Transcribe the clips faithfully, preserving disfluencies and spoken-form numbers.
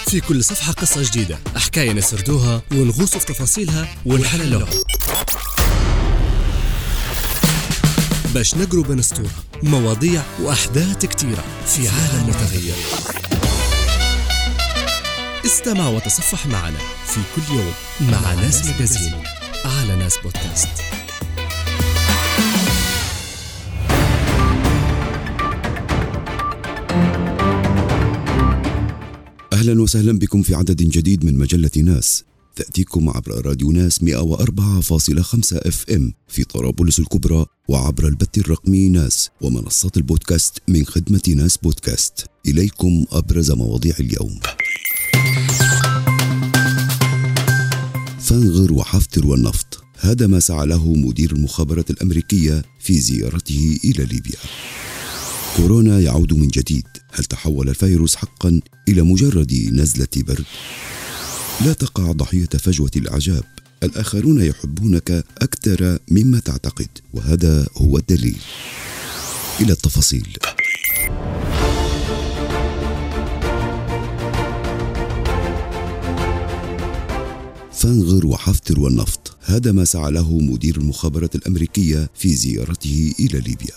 في كل صفحة قصة جديدة، حكاية نسردوها ونغوص في تفاصيلها ونحللوها باش نقروا بين سطورها مواضيع وأحداث كتيرة في عالم متغير. استمع وتصفح معنا في كل يوم مع ناس ماجازين على ناس بودكاست. أهلا وسهلا بكم في عدد جديد من مجلة ناس، تأتيكم عبر راديو ناس مئة وأربعة فاصلة خمسة اف ام في طرابلس الكبرى، وعبر البث الرقمي ناس ومنصات البودكاست من خدمة ناس بودكاست. إليكم أبرز مواضيع اليوم. فانغر وحفتر والنفط، هذا ما سعى له مدير المخابرات الأمريكية في زيارته إلى ليبيا. كورونا يعود من جديد، هل تحول الفيروس حقا إلى مجرد نزلة برد؟ لا تقع ضحية فجوة الإعجاب، الآخرون يحبونك أكثر مما تعتقد، وهذا هو الدليل. إلى التفاصيل. فانغر وحفتر والنفط، هذا ما سعى له مدير المخابرات الأمريكية في زيارته إلى ليبيا.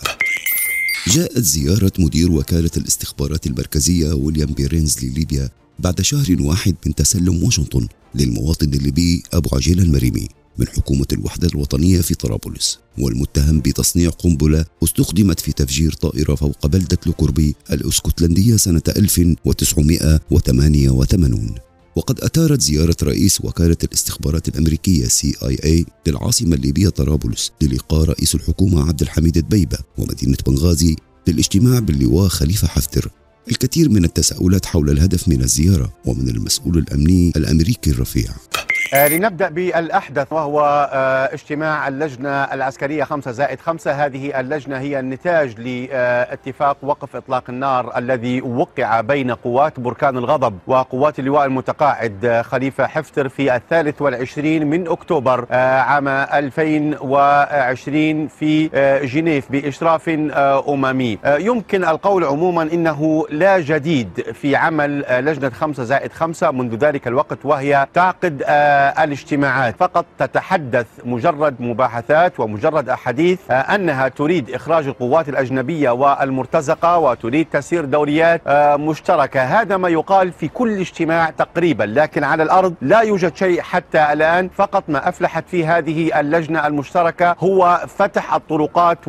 جاءت زيارة مدير وكالة الاستخبارات المركزية ويليام بيرينز لليبيا بعد شهر واحد من تسلم واشنطن للمواطن الليبي أبو عجيل المريمي من حكومة الوحدة الوطنية في طرابلس، والمتهم بتصنيع قنبلة استخدمت في تفجير طائرة فوق بلدة لوكوربي الاسكتلندية سنة ألف وتسعمائة وثمانية وثمانين. وقد أثارت زيارة رئيس وكالة الاستخبارات الأمريكية سي آي إيه للعاصمة الليبية طرابلس للقاء رئيس الحكومة عبد الحميد دبيبة ومدينة بنغازي للاجتماع باللواء خليفة حفتر الكثير من التساؤلات حول الهدف من الزيارة ومن المسؤول الأمني الأمريكي الرفيع. آه لنبدأ بالأحدث، وهو آه اجتماع اللجنة العسكرية خمسة زائد خمسة. هذه اللجنة هي النتاج لاتفاق وقف إطلاق النار الذي وقع بين قوات بركان الغضب وقوات اللواء المتقاعد خليفة حفتر في الثالث والعشرين من أكتوبر آه عام ألفين وعشرين في آه جنيف بإشراف آه أممي. آه يمكن القول عموما إنه لا جديد في عمل آه لجنة خمسة زائد خمسة منذ ذلك الوقت، وهي تعقد آه الاجتماعات فقط، تتحدث مجرد مباحثات ومجرد أحاديث أنها تريد إخراج القوات الأجنبية والمرتزقة وتريد تسيير دوريات مشتركة. هذا ما يقال في كل اجتماع تقريبا، لكن على الأرض لا يوجد شيء حتى الآن. فقط ما أفلحت فيه هذه اللجنة المشتركة هو فتح الطرقات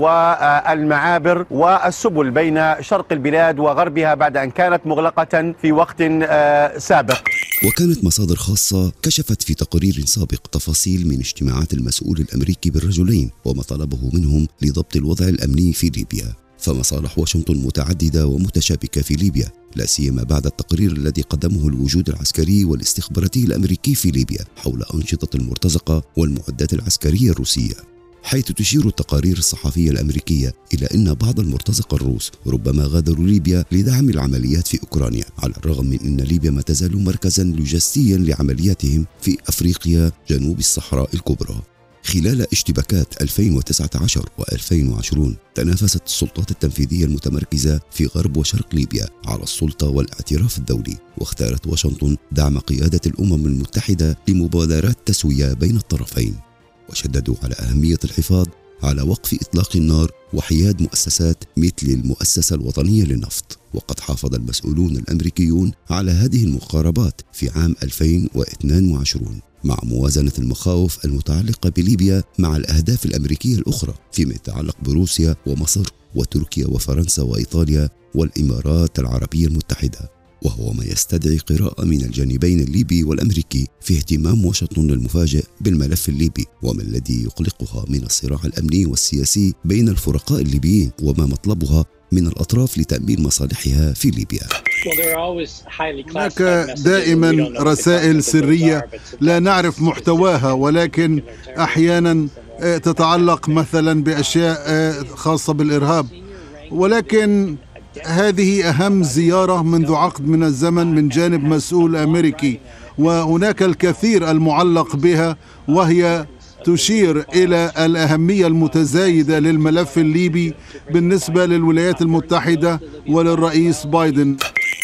والمعابر والسبل بين شرق البلاد وغربها بعد أن كانت مغلقة في وقت سابق. وكانت مصادر خاصة كشفت في تقرير سابق تفاصيل من اجتماعات المسؤول الأمريكي بالرجلين وما طلبه منهم لضبط الوضع الأمني في ليبيا. فمصالح واشنطن متعددة ومتشابكة في ليبيا، لا سيما بعد التقرير الذي قدمه الوجود العسكري والاستخباراتي الأمريكي في ليبيا حول أنشطة المرتزقة والمعدات العسكرية الروسية، حيث تشير التقارير الصحفية الأمريكية إلى أن بعض المرتزقة الروس ربما غادروا ليبيا لدعم العمليات في أوكرانيا، على الرغم من أن ليبيا ما تزال مركزا لوجستيا لعملياتهم في أفريقيا جنوب الصحراء الكبرى. خلال اشتباكات ألفين وتسعة عشر وألفين وعشرين تنافست السلطات التنفيذية المتمركزة في غرب وشرق ليبيا على السلطة والاعتراف الدولي، واختارت واشنطن دعم قيادة الأمم المتحدة لمبادرات تسوية بين الطرفين، وشددوا على أهمية الحفاظ على وقف إطلاق النار وحياد مؤسسات مثل المؤسسة الوطنية للنفط. وقد حافظ المسؤولون الأمريكيون على هذه المقاربات في عام ألفين واثنين وعشرين مع موازنة المخاوف المتعلقة بليبيا مع الأهداف الأمريكية الأخرى فيما يتعلق بروسيا ومصر وتركيا وفرنسا وإيطاليا والإمارات العربية المتحدة، وهو ما يستدعي قراءة من الجانبين الليبي والأمريكي في اهتمام واشنطن المفاجئ بالملف الليبي وما الذي يقلقها من الصراع الأمني والسياسي بين الفرقاء الليبيين وما مطلبها من الأطراف لتأمين مصالحها في ليبيا. هناك دائما رسائل سرية لا نعرف محتواها، ولكن أحيانا تتعلق مثلا بأشياء خاصة بالإرهاب، ولكن هذه أهم زيارة منذ عقد من الزمن من جانب مسؤول أمريكي، وهناك الكثير المعلق بها، وهي تشير إلى الأهمية المتزايدة للملف الليبي بالنسبة للولايات المتحدة وللرئيس بايدن.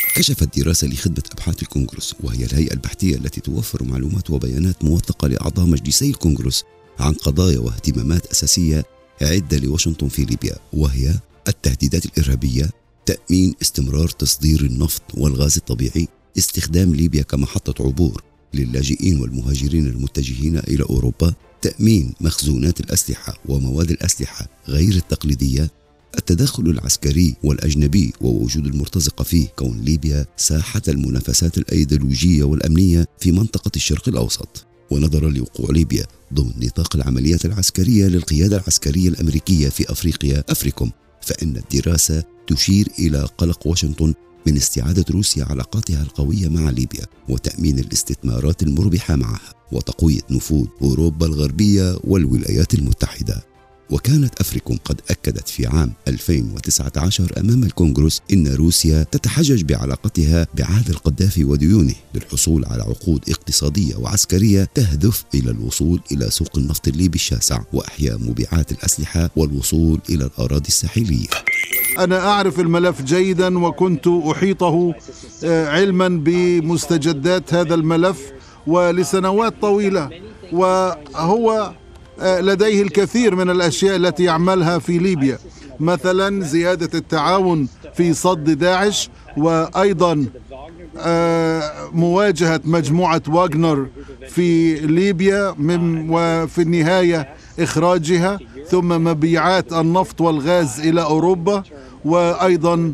كشفت دراسة لخدمة أبحاث الكونغرس، وهي الهيئة البحثية التي توفر معلومات وبيانات موثقة لأعضاء مجلسي الكونغرس عن قضايا واهتمامات أساسية عدة لواشنطن في ليبيا، وهي التهديدات الإرهابية، تأمين استمرار تصدير النفط والغاز الطبيعي، استخدام ليبيا كمحطة عبور للاجئين والمهاجرين المتجهين إلى أوروبا، تأمين مخزونات الأسلحة ومواد الأسلحة غير التقليدية، التدخل العسكري والأجنبي ووجود المرتزقة فيه، كون ليبيا ساحة المنافسات الأيديولوجية والأمنية في منطقة الشرق الأوسط. ونظرا لوقوع ليبيا ضمن نطاق العمليات العسكرية للقيادة العسكرية الأمريكية في أفريقيا أفريكوم، فإن الدراسة تشير إلى قلق واشنطن من استعادة روسيا علاقاتها القوية مع ليبيا وتأمين الاستثمارات المربحة معها وتقوية نفوذ أوروبا الغربية والولايات المتحدة. وكانت أفريكوم قد أكدت في عام ألفين وتسعة عشر أمام الكونغرس إن روسيا تتحجج بعلاقتها بعهد القذافي وديونه للحصول على عقود اقتصادية وعسكرية تهدف إلى الوصول إلى سوق النفط الليبي الشاسع وإحياء مبيعات الأسلحة والوصول إلى الأراضي الساحلية. أنا أعرف الملف جيدا وكنت أحيطه علما بمستجدات هذا الملف ولسنوات طويلة، وهو لديه الكثير من الأشياء التي يعملها في ليبيا، مثلا زيادة التعاون في صد داعش، وأيضا مواجهة مجموعة واغنر في ليبيا وفي النهاية إخراجها، ثم مبيعات النفط والغاز إلى أوروبا، وأيضا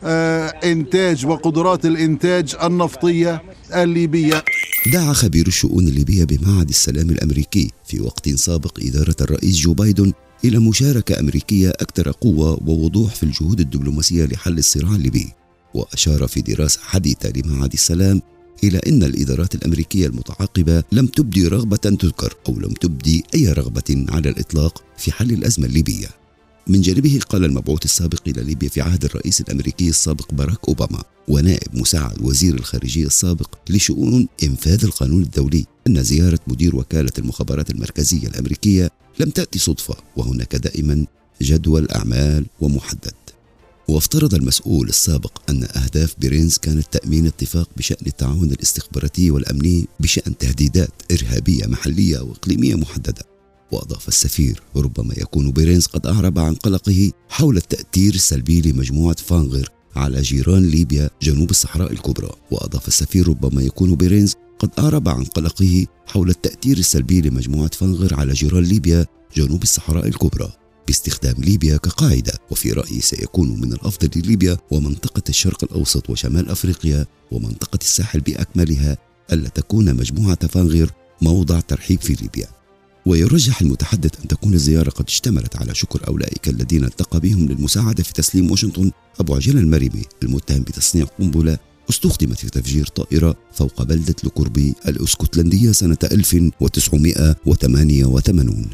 إنتاج وقدرات الإنتاج النفطية الليبية. دعا خبير الشؤون الليبية بمعهد السلام الأمريكي في وقت سابق إدارة الرئيس جو بايدن إلى مشاركة أمريكية أكثر قوة ووضوح في الجهود الدبلوماسية لحل الصراع الليبي. وأشار في دراسة حديثة لمعهد السلام إلى أن الإدارات الأمريكية المتعاقبة لم تبدي رغبة تذكر أو لم تبدي أي رغبة على الإطلاق في حل الأزمة الليبية. من جانبه قال المبعوث السابق إلى ليبيا في عهد الرئيس الأمريكي السابق باراك أوباما ونائب مساعد وزير الخارجية السابق لشؤون إنفاذ القانون الدولي أن زيارة مدير وكالة المخابرات المركزية الأمريكية لم تأتي صدفة، وهناك دائما جدول أعمال ومحدد. وافترض المسؤول السابق أن أهداف بيرينز كانت تأمين اتفاق بشأن التعاون الاستخباراتي والأمني بشأن تهديدات إرهابية محلية وإقليمية محددة. وأضاف السفير ربما يكون بيرينز قد أعرب عن قلقه حول التأثير السلبي لمجموعة فانغر على جيران ليبيا جنوب الصحراء الكبرى. وأضاف السفير ربما يكون بيرينز قد أعرب عن قلقه حول التأثير السلبي لمجموعة فانغر على جيران ليبيا جنوب الصحراء الكبرى باستخدام ليبيا كقاعدة. وفي رأيي سيكون من الأفضل لليبيا ومنطقة الشرق الأوسط وشمال أفريقيا ومنطقة الساحل بأكملها ألا تكون مجموعة فانغر موضع ترحيب في ليبيا. ويرجح المتحدث أن تكون الزيارة قد اشتملت على شكر أولئك الذين التقى بهم للمساعدة في تسليم واشنطن أبو عجلة المريمي المتهم بتصنيع قنبلة استخدمت في تفجير طائرة فوق بلدة لوكوربي الاسكتلندية سنة ألف وتسعمائة وثمانية وثمانين.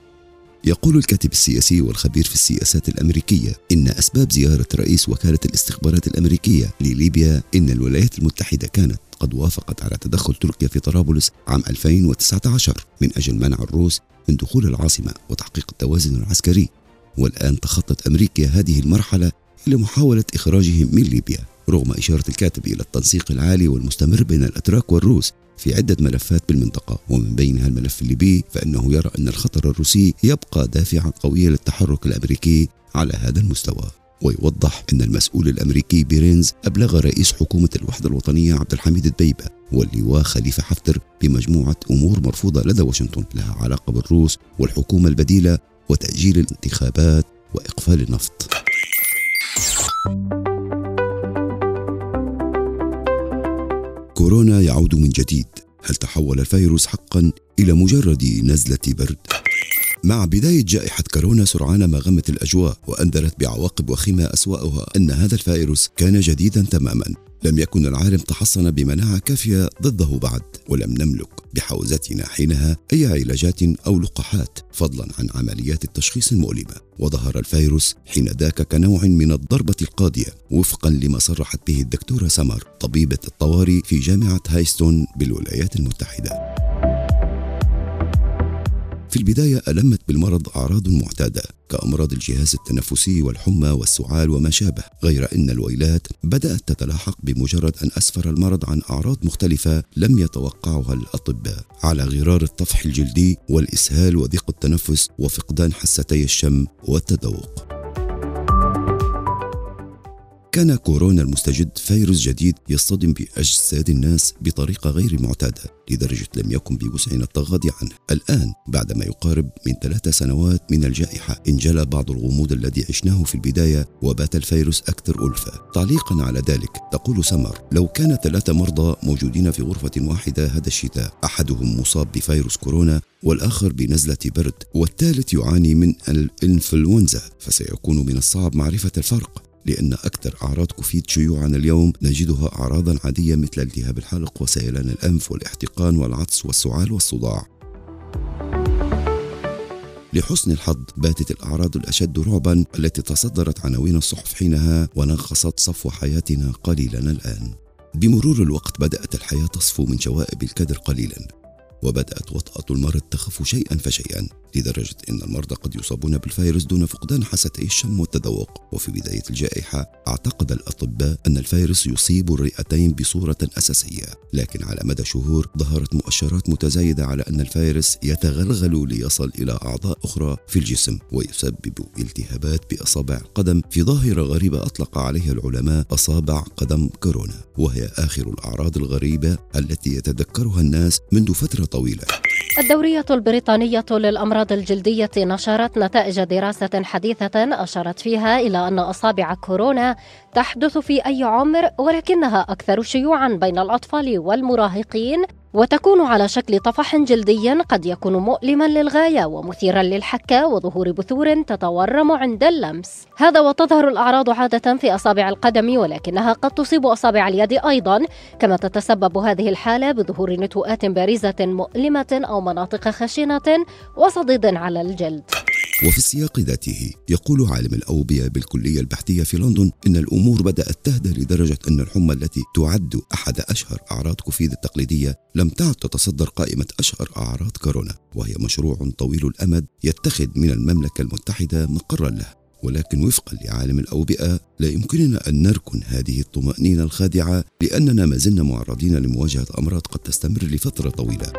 يقول الكاتب السياسي والخبير في السياسات الأمريكية إن أسباب زيارة رئيس وكالة الاستخبارات الأمريكية لليبيا إن الولايات المتحدة كانت قد وافقت على تدخل تركيا في طرابلس عام ألفين وتسعة عشر من أجل منع الروس من دخول العاصمة وتحقيق التوازن العسكري، والآن تخطت أمريكا هذه المرحلة لمحاولة إخراجهم من ليبيا، رغم إشارة الكاتب إلى التنسيق العالي والمستمر بين الأتراك والروس في عدة ملفات بالمنطقة، ومن بينها الملف الليبي، فإنه يرى أن الخطر الروسي يبقى دافعا قويا للتحرك الأمريكي على هذا المستوى. ويوضح أن المسؤول الأمريكي بيرينز أبلغ رئيس حكومة الوحدة الوطنية عبد الحميد الدبيبة واللواء خليفة حفتر بمجموعة أمور مرفوضة لدى واشنطن لها علاقة بالروس والحكومة البديلة وتأجيل الانتخابات وإقفال النفط. كورونا يعود من جديد، هل تحول الفيروس حقا إلى مجرد نزلة برد؟ مع بداية جائحة كورونا سرعان ما غمت الأجواء وأنذرت بعواقب وخيمة أسوأها أن هذا الفيروس كان جديدا تماما، لم يكن العالم تحصن بمناعة كافية ضده بعد، ولم نملك بحوزتنا حينها أي علاجات أو لقاحات فضلا عن عمليات التشخيص المؤلمة. وظهر الفيروس حين ذاك كنوع من الضربة القاضية وفقا لما صرحت به الدكتورة سمر طبيبة الطوارئ في جامعة هايستون بالولايات المتحدة. في البداية ألمت بالمرض أعراض معتادة كأمراض الجهاز التنفسي والحمى والسعال وما شابه، غير أن الويلات بدأت تتلاحق بمجرد أن أسفر المرض عن أعراض مختلفة لم يتوقعها الأطباء، على غرار الطفح الجلدي والإسهال وضيق التنفس وفقدان حستي الشم والتذوق. كان كورونا المستجد فيروس جديد يصطدم بأجساد الناس بطريقة غير معتادة، لدرجة لم يكن بوسعنا التغاضي عنه. الآن بعدما يقارب من ثلاث سنوات من الجائحة انجلى بعض الغموض الذي عشناه في البداية، وبات الفيروس أكثر ألفة. تعليقا على ذلك تقول سمر: لو كان ثلاثة مرضى موجودين في غرفة واحدة هذا الشتاء، أحدهم مصاب بفيروس كورونا والآخر بنزلة برد والثالث يعاني من الإنفلونزا، فسيكون من الصعب معرفة الفرق، لأن أكثر أعراض كوفيد شيوعاً اليوم نجدها أعراضاً عادية مثل التهاب الحلق وسيلان الأنف والاحتقان والعطس والسعال والصداع. لحسن الحظ باتت الأعراض الأشد رعباً التي تصدرت عناوين الصحف حينها ونغصت صفو حياتنا قليلاً الآن. بمرور الوقت بدأت الحياة تصفو من شوائب الكدر قليلاً، وبدأت وطأة المرض تخف شيئا فشيئا، لدرجة أن المرضى قد يصابون بالفيروس دون فقدان حستي الشم والتذوق. وفي بداية الجائحة اعتقد الأطباء أن الفيروس يصيب الرئتين بصورة أساسية، لكن على مدى شهور ظهرت مؤشرات متزايدة على أن الفيروس يتغلغل ليصل إلى أعضاء أخرى في الجسم ويسبب التهابات بأصابع القدم، في ظاهرة غريبة أطلق عليها العلماء أصابع قدم كورونا، وهي آخر الأعراض الغريبة التي يتذكرها الناس منذ فترة طويلة. الدورية البريطانية للأمراض الجلدية نشرت نتائج دراسة حديثة أشارت فيها إلى أن أصابع كورونا تحدث في أي عمر، ولكنها أكثر شيوعاً بين الأطفال والمراهقين، وتكون على شكل طفح جلدي قد يكون مؤلما للغاية ومثيرا للحكة وظهور بثور تتورم عند اللمس. هذا وتظهر الأعراض عادة في أصابع القدم، ولكنها قد تصيب أصابع اليد أيضا، كما تتسبب هذه الحالة بظهور نتوءات بارزة مؤلمة أو مناطق خشنة وصديد على الجلد. وفي السياق ذاته يقول عالم الأوبئة بالكلية البحثية في لندن إن الأمور بدأت تهدى، لدرجة أن الحمى التي تعد أحد أشهر أعراض كوفيد التقليدية لم تعد تتصدر قائمة أشهر أعراض كورونا، وهي مشروع طويل الأمد يتخذ من المملكة المتحدة مقرا له. ولكن وفقا لعالم الأوبئة لا يمكننا أن نركن هذه الطمأنينة الخادعة، لأننا ما زلنا معرضين لمواجهة أمراض قد تستمر لفترة طويلة.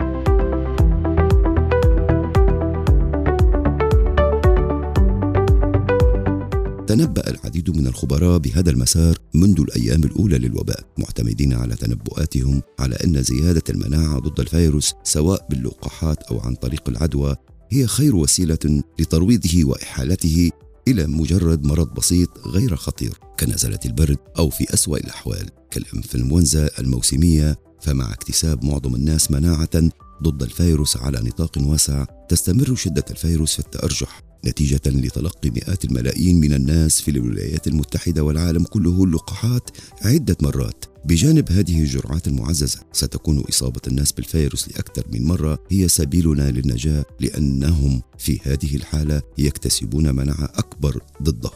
تنبأ العديد من الخبراء بهذا المسار منذ الأيام الأولى للوباء، معتمدين على تنبؤاتهم على أن زيادة المناعة ضد الفيروس سواء باللقاحات أو عن طريق العدوى هي خير وسيلة لترويضه وإحالته إلى مجرد مرض بسيط غير خطير كنزلة البرد، أو في أسوأ الأحوال كالإنفلونزا الموسمية. فمع اكتساب معظم الناس مناعة ضد الفيروس على نطاق واسع، تستمر شدة الفيروس في التأرجح نتيجة لتلقي مئات الملايين من الناس في الولايات المتحدة والعالم كله اللقاحات عدة مرات. بجانب هذه الجرعات المعززة، ستكون إصابة الناس بالفيروس لأكثر من مرة هي سبيلنا للنجاة، لأنهم في هذه الحالة يكتسبون مناعة أكبر ضده.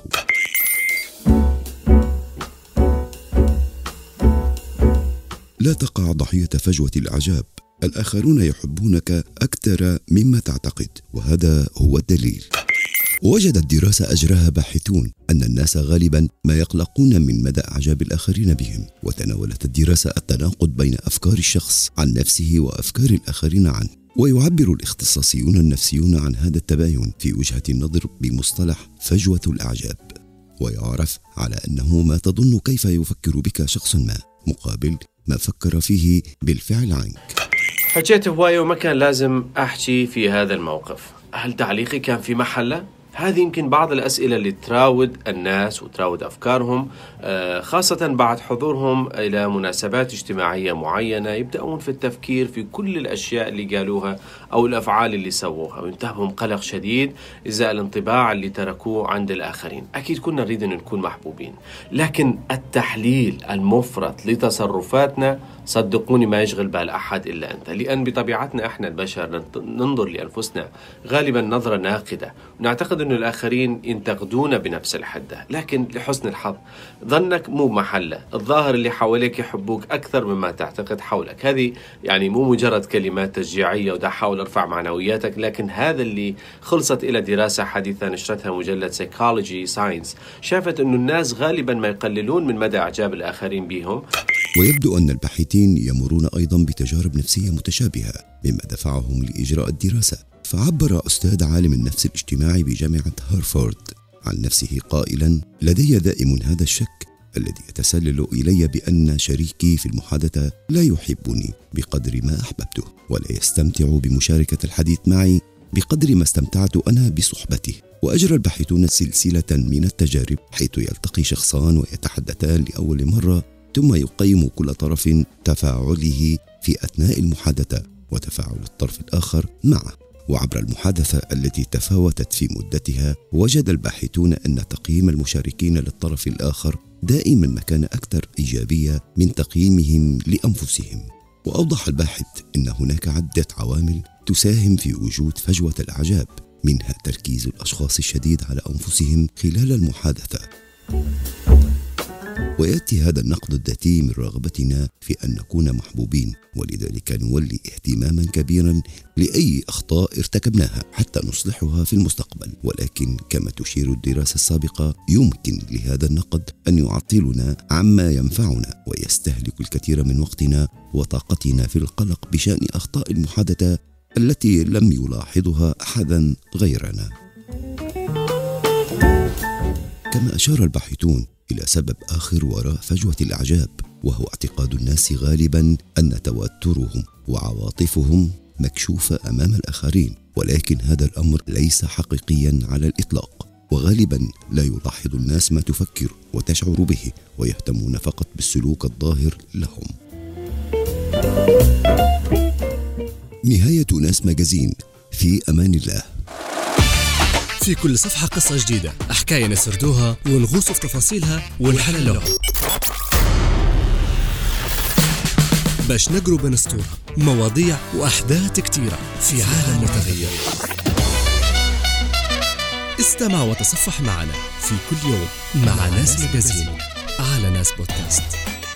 لا تقع ضحية فجوة الإعجاب، الآخرون يحبونك أكثر مما تعتقد، وهذا هو الدليل. وجدت دراسة أجراها باحثون أن الناس غالبا ما يقلقون من مدى إعجاب الآخرين بهم، وتناولت الدراسة التناقض بين أفكار الشخص عن نفسه وأفكار الآخرين عنه. ويعبر الاختصاصيون النفسيون عن هذا التباين في وجهة النظر بمصطلح فجوة الإعجاب، ويعرف على أنه ما تظن كيف يفكر بك شخص ما مقابل ما فكر فيه بالفعل عنك. حكيت هواية وما كان لازم أحكي في هذا الموقف. هل تعليقي كان في محله؟ هذه يمكن بعض الأسئلة اللي تراود الناس وتراود أفكارهم، خاصة بعد حضورهم إلى مناسبات اجتماعية معينة، يبدأون في التفكير في كل الأشياء اللي قالوها أو الأفعال اللي سووها، وينتابهم قلق شديد إزاء الانطباع اللي تركوه عند الآخرين. أكيد كنا نريد أن نكون محبوبين، لكن التحليل المفرط لتصرفاتنا صدقوني ما يشغل بال أحد إلا أنت، لأن بطبيعتنا إحنا البشر ننظر لأنفسنا غالبا نظرة ناقدة، ونعتقد نفترض أن الآخرين ينتقدون بنفس الحدة، لكن لحسن الحظ ظنك مو محله، الظاهر اللي حواليك يحبوك أكثر مما تعتقد حولك. هذه يعني مو مجرد كلمات تشجيعية ودا حاول ارفع معنوياتك، لكن هذا اللي خلصت إلى دراسة حديثة نشرتها مجلة Psychology Science، شافت أن الناس غالبا ما يقللون من مدى إعجاب الآخرين بهم. ويبدو أن الباحثين يمرون أيضا بتجارب نفسية متشابهة مما دفعهم لإجراء الدراسة. فعبر أستاذ عالم النفس الاجتماعي بجامعة هارفارد عن نفسه قائلا: لدي دائم هذا الشك الذي يتسلل إلي بأن شريكي في المحادثة لا يحبني بقدر ما أحببته، ولا يستمتع بمشاركة الحديث معي بقدر ما استمتعت أنا بصحبته. وأجرى الباحثون سلسلة من التجارب حيث يلتقي شخصان ويتحدثان لأول مرة، ثم يقيم كل طرف تفاعله في أثناء المحادثة وتفاعل الطرف الآخر معه. وعبر المحادثة التي تفاوتت في مدتها، وجد الباحثون أن تقييم المشاركين للطرف الآخر دائما ما كان أكثر إيجابية من تقييمهم لأنفسهم. وأوضح الباحث أن هناك عدة عوامل تساهم في وجود فجوة الإعجاب، منها تركيز الأشخاص الشديد على أنفسهم خلال المحادثة. ويأتي هذا النقد الذاتي من رغبتنا في أن نكون محبوبين، ولذلك نولي اهتماما كبيرا لأي أخطاء ارتكبناها حتى نصلحها في المستقبل. ولكن كما تشير الدراسة السابقة، يمكن لهذا النقد أن يعطلنا عما ينفعنا ويستهلك الكثير من وقتنا وطاقتنا في القلق بشأن أخطاء المحادثة التي لم يلاحظها أحدا غيرنا. كما أشار الباحثون إلى سبب آخر وراء فجوة الإعجاب، وهو اعتقاد الناس غالبا أن توترهم وعواطفهم مكشوفة أمام الآخرين، ولكن هذا الأمر ليس حقيقيا على الإطلاق. وغالبا لا يلاحظ الناس ما تفكر وتشعر به، ويهتمون فقط بالسلوك الظاهر لهم. نهاية ناس ماجازين، في أمان الله. في كل صفحة قصة جديدة، حكاية نسردوها ونغوص في تفاصيلها ونحللوها باش نقروا بنسطور مواضيع وأحداث كتيرة في عالم متغير. استمع وتصفح معنا في كل يوم مع ناس ماجازين على ناس بودكاست.